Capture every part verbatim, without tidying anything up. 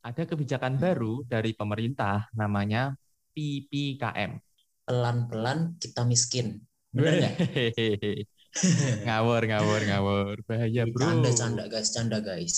Ada kebijakan baru dari pemerintah namanya P P K M. Pelan-pelan kita miskin. Bener nggak? Ngawur, ngawur, ngawur. Bahaya, Jadi bro. canda, canda guys, canda guys.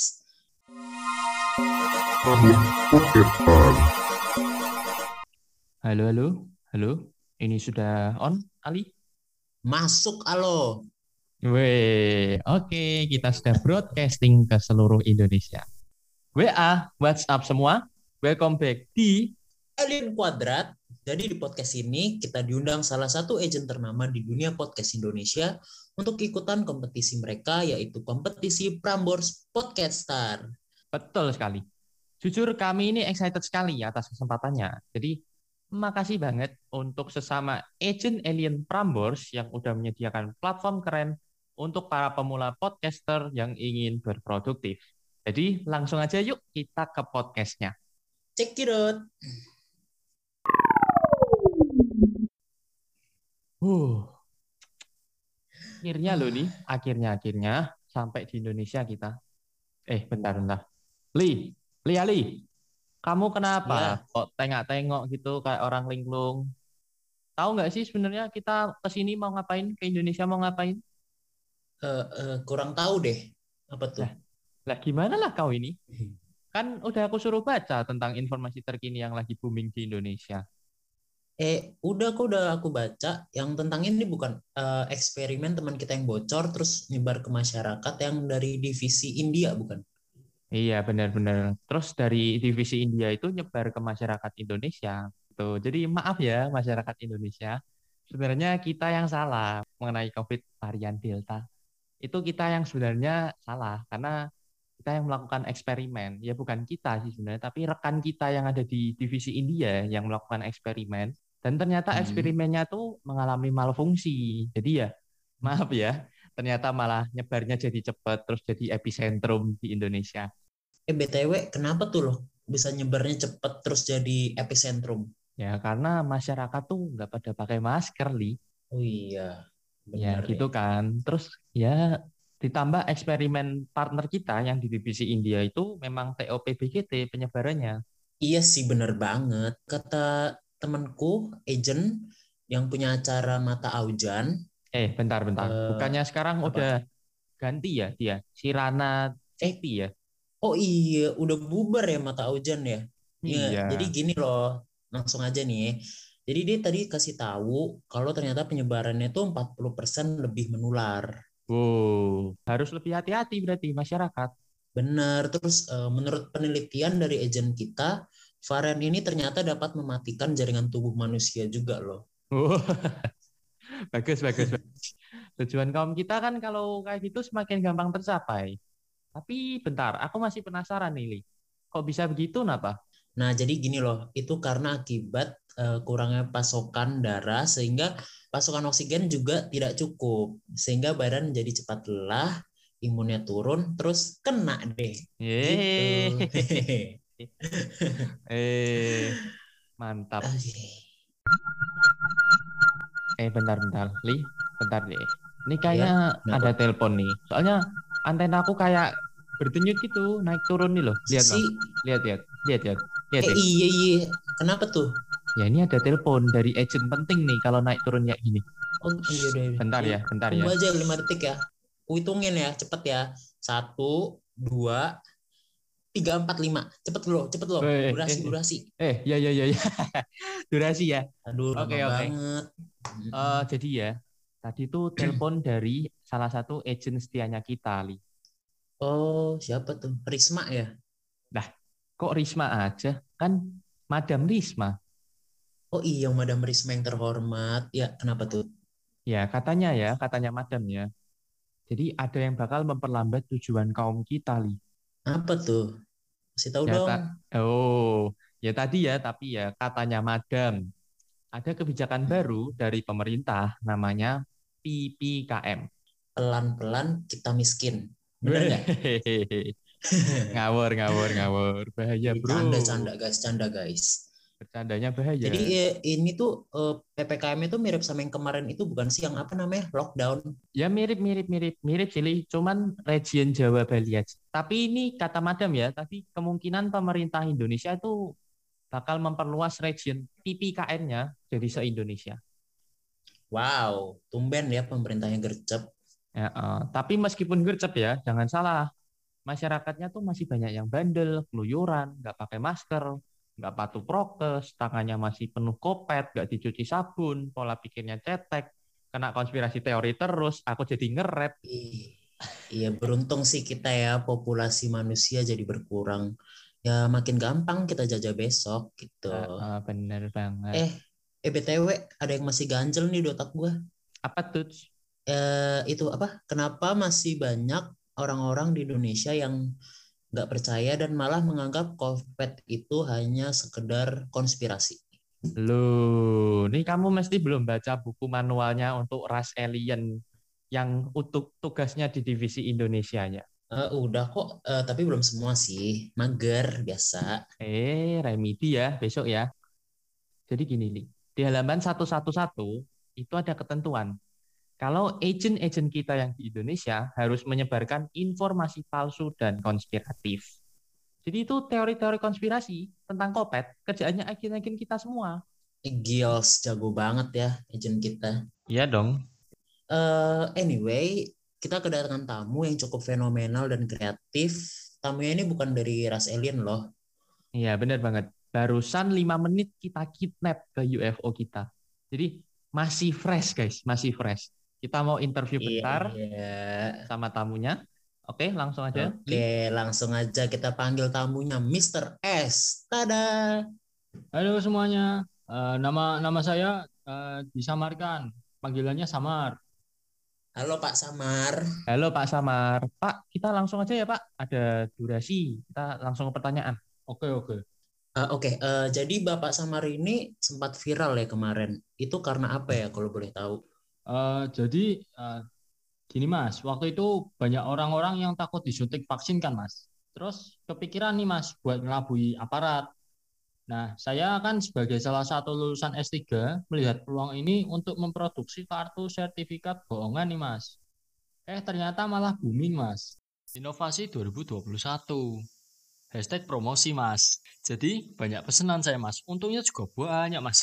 Halo, halo, halo. Ini sudah on, Ali? Masuk alo. Weh, oke. Kita sudah broadcasting ke seluruh Indonesia. W A, WhatsApp semua. Welcome back di Alien Kuadrat. Jadi di podcast ini kita diundang salah satu agent ternama di dunia podcast Indonesia untuk ikutan kompetisi mereka, yaitu kompetisi Prambors Podcaster. Betul sekali. Jujur kami ini excited sekali atas kesempatannya. Jadi makasih banget untuk sesama agent Alien Prambors yang udah menyediakan platform keren untuk para pemula podcaster yang ingin berproduktif. Jadi langsung aja yuk kita ke podcastnya. Check it out. Uh, akhirnya loh nih, akhirnya-akhirnya sampai di Indonesia kita. Eh, bentar-bentar. Li, Li Ali, kamu kenapa Ya, kok tengok-tengok gitu kayak orang linglung? Tahu nggak sih sebenarnya kita ke sini mau ngapain? Ke Indonesia mau ngapain? eh, eh, kurang tahu deh. Apa tuh? Lah, lah gimana lah kau ini? Kan udah aku suruh baca tentang informasi terkini yang lagi booming di Indonesia. Eh, udah kok udah aku baca yang tentang ini bukan eh, eksperimen teman kita yang bocor terus nyebar ke masyarakat yang dari divisi India bukan? Iya, benar-benar. Terus dari divisi India itu nyebar ke masyarakat Indonesia. Tuh, jadi maaf ya masyarakat Indonesia. Sebenarnya kita yang salah mengenai COVID varian Delta. Itu kita yang sebenarnya salah karena kita yang melakukan eksperimen. Ya bukan kita sih sebenarnya, tapi rekan kita yang ada di divisi India yang melakukan eksperimen. Dan ternyata Hmm. eksperimennya tuh mengalami malfungsi. Jadi ya, maaf ya, ternyata malah nyebarnya jadi cepat, terus jadi epicentrum di Indonesia. Eh, B T W kenapa tuh loh bisa nyebarnya cepet terus jadi epicentrum? Ya karena masyarakat tuh nggak pada pakai masker, Li. Oh iya, Ya benar gitu ya. kan. Terus ya ditambah eksperimen partner kita yang di divisi India itu memang T O P B G T penyebarannya. Iya sih benar banget. Kata temanku, agent yang punya acara Mata Aujan, Eh, bentar-bentar. eh, Bukannya sekarang udah apa? ganti ya dia? Si Rana Eh, T V ya? oh iya, udah bubar ya Mata Aujan ya. Ya, jadi Iya. gini loh, langsung aja nih. Jadi dia tadi kasih tahu kalau ternyata penyebarannya tuh empat puluh persen lebih menular. Wow, harus lebih hati-hati berarti masyarakat. Benar. Terus eh, menurut penelitian dari agen kita, varian ini ternyata dapat mematikan jaringan tubuh manusia juga loh. Oh, bagus, bagus, bagus. Tujuan kaum kita kan kalau kayak gitu semakin gampang tercapai. Tapi bentar, aku masih penasaran nih, Li. Kok bisa begitu, napa? Nah, jadi gini loh, itu karena akibat eh, kurangnya pasokan darah sehingga pasokan oksigen juga tidak cukup. Sehingga badan jadi cepat lelah, imunnya turun, terus kena deh. Gitu. Yeay. Eh, mantap. Eh, bentar-bentar, Li. Bentar deh. Ini kayaknya Ya, ada kenapa? telepon nih. Soalnya antena aku kayak berdenyut gitu, naik turun nih loh. Lihat loh. Si, Lihat, lihat. Lihat, lihat. Lihat eh deh. iya iya, kenapa tuh? Ya, ini ada telepon dari agent penting nih kalau naik turun kayak gini. Oh iya deh, Bentar ya, ya, bentar ya. tunggu aja lima detik ya. Kuhitungin ya, cepet ya. Satu, dua, tiga, empat, lima. Cepet loh, cepet loh. Eh, Durasi, eh, eh. durasi. Eh, ya, ya, ya, ya. Durasi ya. Aduh, Oke, lama oke. banget. Eh, jadi ya, tadi tuh telepon dari salah satu agent setianya kita, Li. Oh, siapa tuh? Risma ya? Nah, kok Risma aja? Kan Madam Risma. Oh iya, Madam Risma yang terhormat. Ya, kenapa tuh? Ya, katanya ya, katanya Madam ya. Jadi ada yang bakal memperlambat tujuan kaum kita, Li. Apa tuh? Kasih tahu Ya, dong. tak. Oh, ya tadi ya, tapi ya katanya Madam. Ada kebijakan baru dari pemerintah namanya P P K M. Pelan-pelan kita miskin. Bener Weh, nggak? ngawur, ngawur, ngawur. Bahaya, Jadi bro. canda-canda guys, canda guys. Bercandanya Jadi bahaya. eh, ini tuh eh, P P K M itu mirip sama yang kemarin itu bukan sih yang apa namanya lockdown. Ya mirip mirip mirip mirip sih, Li. Cuman region Jawa Bali aja. Tapi ini kata Madam ya, tadi kemungkinan pemerintah Indonesia itu bakal memperluas region P P K M-nya jadi se-Indonesia. Wow, tumben ya pemerintahnya gercep. Ya, eh, tapi meskipun gercep ya, jangan salah, masyarakatnya tuh masih banyak yang bandel, keluyuran, nggak pakai masker, nggak patuh prokes, tangannya masih penuh kopet, nggak dicuci sabun, pola pikirnya cetek, kena konspirasi teori terus, aku jadi ngerep. Ih, iya beruntung sih kita ya populasi manusia jadi berkurang. Ya makin gampang kita jajah besok gitu. Eh, eh, bener banget. Eh, eh B T W ada yang masih ganjel nih di otak gue. Apa tuh? Eh, itu apa? Kenapa masih banyak orang-orang di Indonesia yang nggak percaya dan malah menganggap COVID itu hanya sekedar konspirasi? Loh, ini kamu mesti belum baca buku manualnya untuk ras alien yang untuk tugasnya di divisi Indonesianya. Eh, udah kok, eh, tapi belum semua sih. Mager biasa. Eh, remedi ya besok ya. Jadi gini, Li. Di halaman seratus satu itu ada ketentuan. Kalau agent-agent kita yang di Indonesia harus menyebarkan informasi palsu dan konspiratif. Jadi itu teori-teori konspirasi tentang Kopet, kerjaannya agen-agen kita semua. Gils jago banget ya agent kita. Iya dong. Eh, anyway, kita kedatangan tamu yang cukup fenomenal dan kreatif. Tamunya ini bukan dari ras alien loh. Iya, benar banget. Barusan lima menit kita kidnap ke U F O kita. Jadi masih fresh, guys. Masih fresh. Kita mau interview Iya, bentar iya. sama tamunya. Oke, langsung aja. Oke, Li. langsung aja kita panggil tamunya mister S. Tada! Halo semuanya, Eh, nama nama saya eh, disamarkan, panggilannya Samar. Halo Pak Samar. Halo Pak Samar. Pak, kita langsung aja ya Pak. Ada durasi. Kita langsung ke pertanyaan. Oke oke. Eh, Oke, eh, jadi Bapak Samar ini sempat viral ya kemarin. Itu karena apa ya kalau boleh tahu? Eh, jadi eh, gini Mas, waktu itu banyak orang-orang yang takut disuntik vaksin kan Mas. Terus kepikiran nih Mas buat ngelabui aparat. Nah, saya kan sebagai salah satu lulusan S tiga melihat peluang ini untuk memproduksi kartu sertifikat bohongan nih Mas. Eh ternyata malah booming Mas. Inovasi dua ribu dua puluh satu. Hashtag promosi mas. Jadi banyak pesanan saya mas. Untungnya juga banyak mas.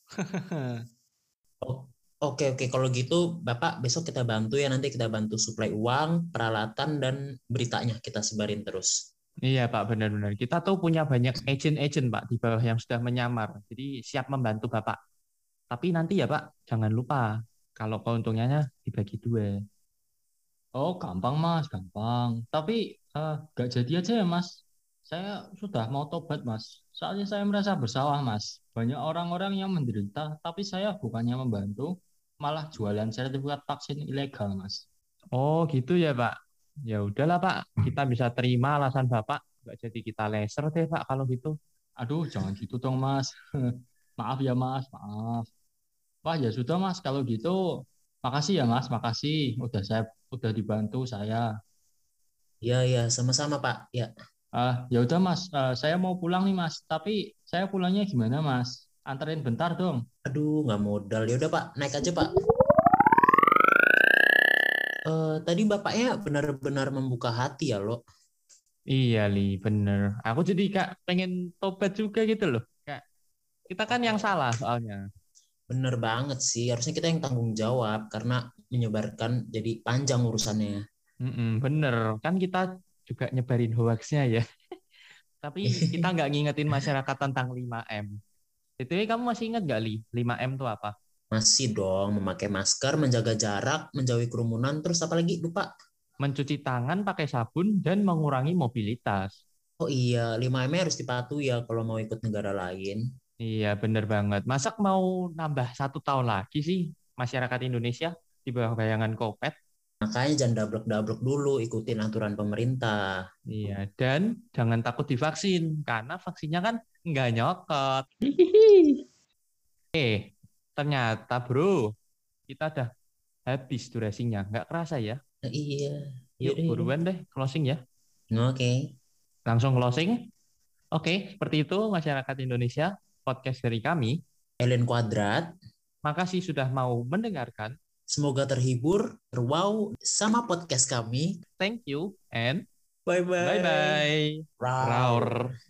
Oh, oke oke kalau gitu Bapak besok kita bantu ya nanti kita bantu suplai uang, peralatan dan beritanya kita sebarin terus. Iya Pak, benar-benar. Kita tuh punya banyak agent-agent Pak di bawah yang sudah menyamar. Jadi siap membantu Bapak. Tapi nanti ya Pak, jangan lupa kalau keuntungannya dibagi dua. Oh gampang mas, gampang. Tapi eh, gak jadi aja ya mas. Saya sudah mau tobat mas. Soalnya saya merasa bersalah mas. Banyak orang-orang yang menderita, tapi saya bukannya membantu, malah jualan sertifikat vaksin ilegal mas. Oh gitu ya Pak. Ya udahlah Pak, kita bisa terima alasan Bapak. Nggak jadi kita laser deh Pak kalau gitu. Aduh jangan gitu dong mas. Maaf ya mas, maaf. Wah ya sudah mas, kalau gitu makasih ya mas, makasih. Udah saya udah dibantu saya. Ya ya sama-sama Pak. Ya. Ah, ya udah Mas, Eh, saya mau pulang nih Mas. Tapi saya pulangnya gimana Mas? Anterin bentar dong. Aduh nggak modal. Ya udah Pak, naik aja Pak. Eh, tadi Bapaknya benar-benar membuka hati ya loh. Iya Li, bener. Aku jadi kak pengen tobat juga gitu loh. Kak, kita kan yang salah soalnya. Bener banget sih. Harusnya kita yang tanggung jawab karena menyebarkan jadi panjang urusannya. Mm-mm, bener, kan kita juga nyebarin hoaxnya ya. Tapi kita nggak ngingetin masyarakat tentang lima M. Itu kamu masih ingat nggak Li? lima M itu apa? Masih dong memakai masker, menjaga jarak, menjauhi kerumunan, terus apa lagi? Lupa. Mencuci tangan pakai sabun dan mengurangi mobilitas. Oh iya, lima M harus dipatuhi ya kalau mau ikut negara lain. Iya, bener banget. Masa mau nambah satu tahun lagi sih masyarakat Indonesia di bawah bayangan COVID? Makanya jangan dablek-dablek dulu, ikutin aturan pemerintah. Iya, dan jangan takut divaksin karena vaksinnya kan nggak nyokot. Eh, ternyata bro, kita udah habis durasinya. Nggak kerasa ya. Nah, iya, Yuk, yaudah, yaudah. buruan deh closing ya. Oke. Langsung closing. Oke, seperti itu masyarakat Indonesia. podcast dari kami. Alien Kuadrat. Makasih sudah mau mendengarkan. Semoga terhibur, terwow sama podcast kami. Thank you and Bye-bye. bye-bye. Raur. Raur.